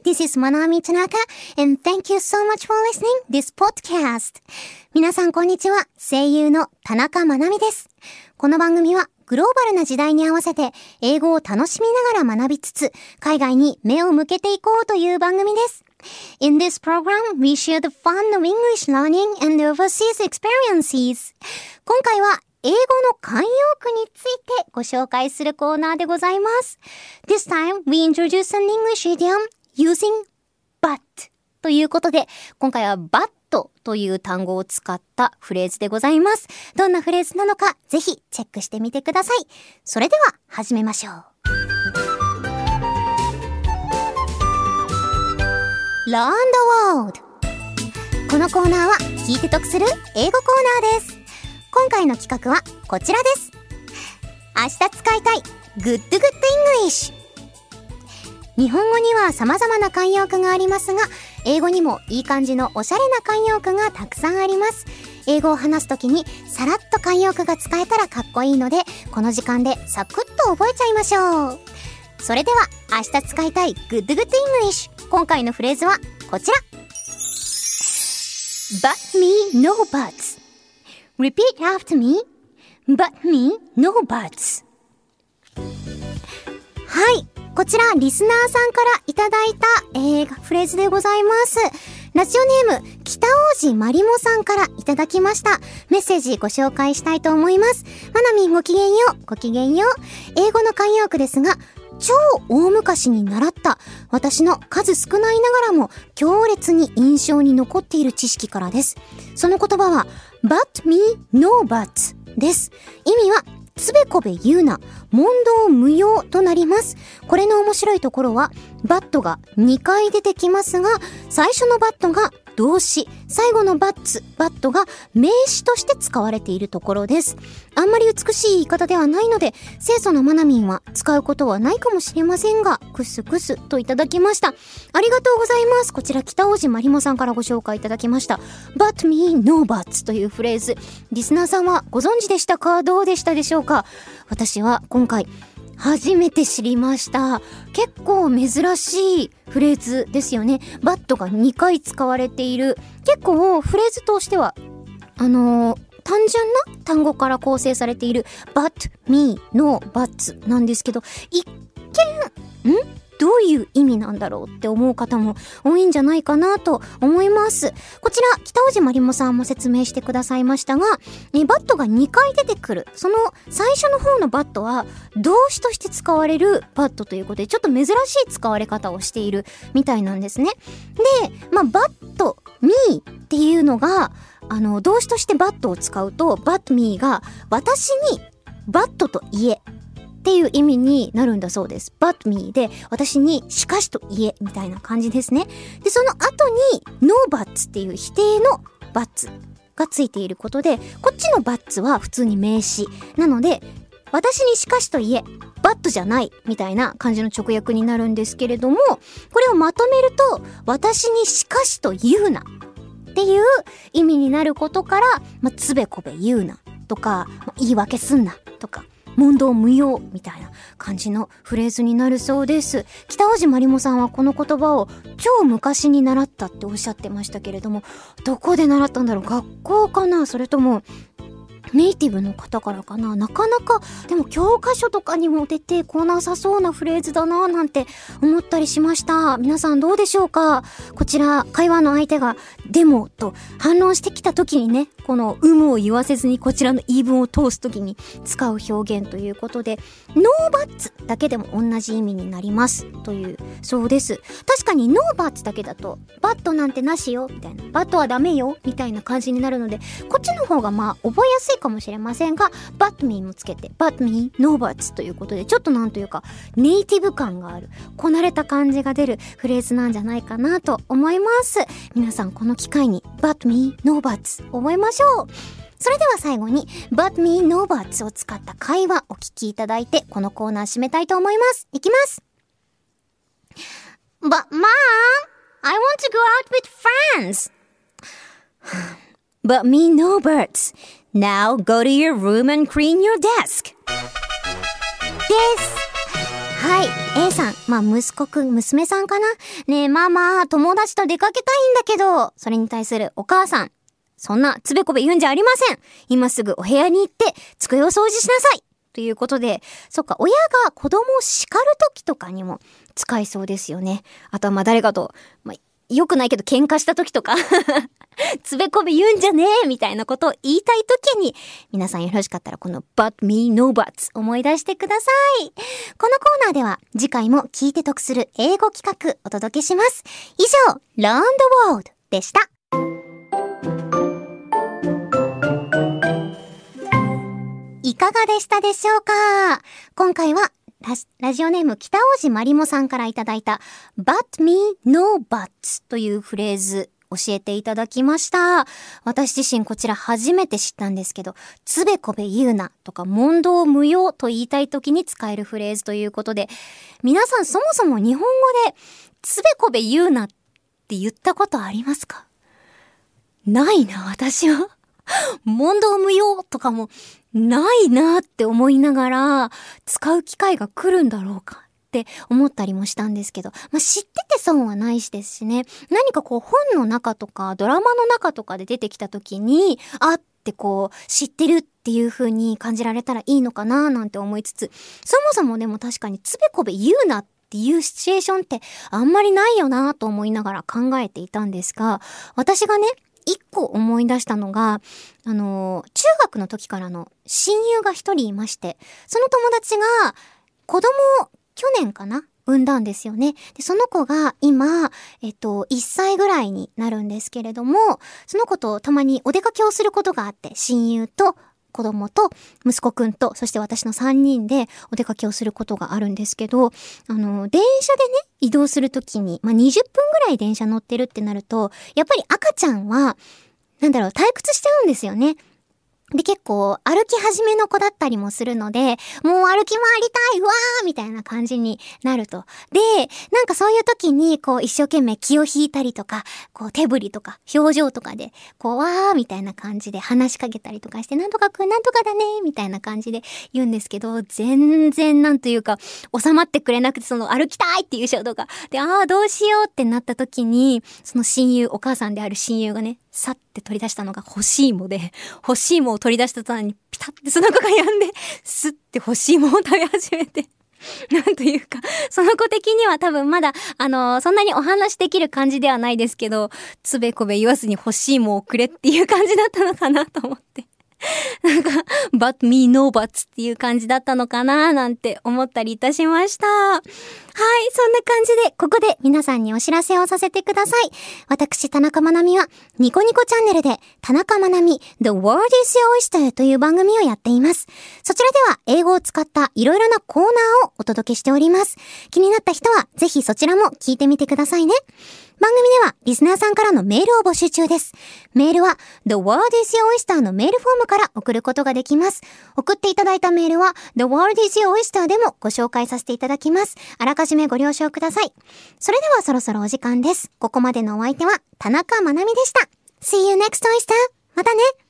This is Manami Tanaka and thank you so much for listening this podcast. 皆さんこんにちは。声優の田中まなみです。この番組はグローバルな時代に合わせて英語を楽しみながら学びつつ海外に目を向けていこうという番組です。In this program, we share the fun of English learning and overseas experiences. 今回は英語の慣用句についてご紹介するコーナーでございます。This time, we introduce an English idiom using but ということで、今回は but という単語を使ったフレーズでございます。どんなフレーズなのか、ぜひチェックしてみてください。それでは始めましょう。Learn the World。このコーナーは聞いて得する英語コーナーです。今回の企画はこちらです。明日使いたい Good English。日本語には様々な慣用句がありますが、英語にもいい感じのおしゃれな慣用句がたくさんあります。英語を話すときにさらっと慣用句が使えたらかっこいいので、この時間でサクッと覚えちゃいましょう。それでは明日使いたい Good English。今回のフレーズはこちら。But me no buts。Repeat after me. But me no buts. はい。こちら、リスナーさんからいただいた、フレーズでございます。ラジオネーム、北王子まりもさんからいただきました。メッセージご紹介したいと思います。まなみんごきげんよう。ごきげんよう。英語の慣用句ですが、超大昔に習った私の数少ないながらも強烈に印象に残っている知識からです。その言葉は But me no buts です。意味はつべこべ言うな、問答無用となります。これの面白いところはバットが2回出てきますが、最初のバットが動詞、最後のバットが名詞として使われているところです。あんまり美しい言い方ではないので、清楚なマナミンは使うことはないかもしれませんが、クスクスといただきました。ありがとうございます。こちら北王子まりもさんからご紹介いただきました。But me no buts というフレーズ。リスナーさんはご存知でしたか？どうでしたでしょうか？私は今回初めて知りました。結構珍しいフレーズですよね。バットが2回使われている。結構フレーズとしては単純な単語から構成されている but me no buts なんですけど、一見どういう意味なんだろうって思う方も多いんじゃないかなと思います。こちら北尾路まりもさんも説明してくださいましたが、バットが2回出てくる。その最初の方のバットは動詞として使われるバットということで、ちょっと珍しい使われ方をしているみたいなんですね。で、バット me っていうのが動詞としてバットを使うと but me が私にバットと言えっていう意味になるんだそうです。but me で私にしかしと言えみたいな感じですね。で、その後に no buts っていう否定の buts がついていることで、こっちの buts は普通に名詞なので、私にしかしと言え but じゃないみたいな感じの直訳になるんですけれども、これをまとめると私にしかしと言うなっていう意味になることから、つべこべ言うなとか、言い訳すんなとか、問答無用みたいな感じのフレーズになるそうです。北尾路まりもさんはこの言葉を超昔に習ったっておっしゃってましたけれども、どこで習ったんだろう？学校かな？それともネイティブの方からかな？なかなかでも教科書とかにも出てこなさそうなフレーズだななんて思ったりしました。皆さんどうでしょうか？こちら会話の相手がでもと反論してきた時にね、この有無を言わせずにこちらの言い分を通す時に使う表現ということで、ノーバッツだけでも同じ意味になりますというそうです。確かにノーバッツだけだとバットなんてなしよみたいな、バットはダメよみたいな感じになるので、こっちの方が覚えやすいかもしれませんが、but me もつけて but me no buts ということで、ちょっとなんというかネイティブ感がある、こなれた感じが出るフレーズなんじゃないかなと思います。皆さんこの機会に but me no buts 覚えましょう。それでは最後に but me no buts を使った会話お聞きいただいて、このコーナー締めたいと思います。いきます。 But mom, I want to go out with friends. But me no buts.Now go to your room and clean your desk. です。ははい。A さん。まあ、息子くん、娘さんかな。ねえ、ママ、友達と出かけたいんだけど。それに対するお母さん。そんなつべこべ言うんじゃありません。今すぐお部屋に行って、机を掃除しなさい。ということで、そっか、親が子供を叱る時とかにも使いそうですよね。あとはまあ誰かと、まあ、良くないけど喧嘩した時とかつべこべ言うんじゃねえみたいなことを言いたい時に、皆さんよろしかったらこの But me no buts 思い出してください。このコーナーでは次回も聞いて得する英語企画お届けします。以上 Learn the World でした。いかがでしたでしょうか。今回はラジオネーム北大路まりもさんからいただいた But me no buts というフレーズ教えていただきました。私自身こちら初めて知ったんですけど、つべこべ言うなとか問答無用と言いたい時に使えるフレーズということで、皆さんそもそも日本語でつべこべ言うなって言ったことありますか？ないな、私は。問答無用とかもないなって思いながら使う機会が来るんだろうかって思ったりもしたんですけど、まあ、知ってて損はないしですしね、何かこう本の中とかドラマの中とかで出てきた時にあってこう知ってるっていう風に感じられたらいいのかななんて思いつつ、そもそもでも確かにつべこべ言うなっていうシチュエーションってあんまりないよなと思いながら考えていたんですが、私がね一個思い出したのが、中学の時からの親友が一人いまして、その友達が子供を去年かな産んだんですよね。で、その子が今、1歳ぐらいになるんですけれども、その子とたまにお出かけをすることがあって、親友と子供と息子くんと、そして私の3人でお出かけをすることがあるんですけど、電車でね、移動するときに、まあ、20分ぐらい電車乗ってるってなると、やっぱり赤ちゃんは、退屈しちゃうんですよね。で、結構歩き始めの子だったりもするので、もう歩き回りたいわーみたいな感じになると。で、なんかそういう時にこう一生懸命気を引いたりとか、こう手振りとか表情とかで、こうわーみたいな感じで話しかけたりとかして、なんとかくんなんとかだねみたいな感じで言うんですけど、全然なんというか収まってくれなくて、その歩きたいっていう衝動が。で、どうしようってなった時に、その親友、お母さんである親友がね、さって取り出したのが干し芋で、干し芋を取り出した途端にピタってその子がやんで、スッて干し芋を食べ始めて、なんというか、その子的には多分まだ、そんなにお話できる感じではないですけど、つべこべ言わずに干し芋をくれっていう感じだったのかなと思って。なんか、but me no buts っていう感じだったのかななんて思ったりいたしました。はい、そんな感じで、ここで皆さんにお知らせをさせてください。私、田中まなみは、ニコニコチャンネルで、田中まなみ The World is Your Oyster という番組をやっています。そちらでは、英語を使ったいろいろなコーナーをお届けしております。気になった人は、ぜひそちらも聞いてみてくださいね。番組ではリスナーさんからのメールを募集中です。メールは The World is Your Oyster のメールフォームから送ることができます。送っていただいたメールは The World is Your Oyster でもご紹介させていただきます。あらかじめご了承ください。それではそろそろお時間です。ここまでのお相手は田中まなみでした。See you next Oyster! またね。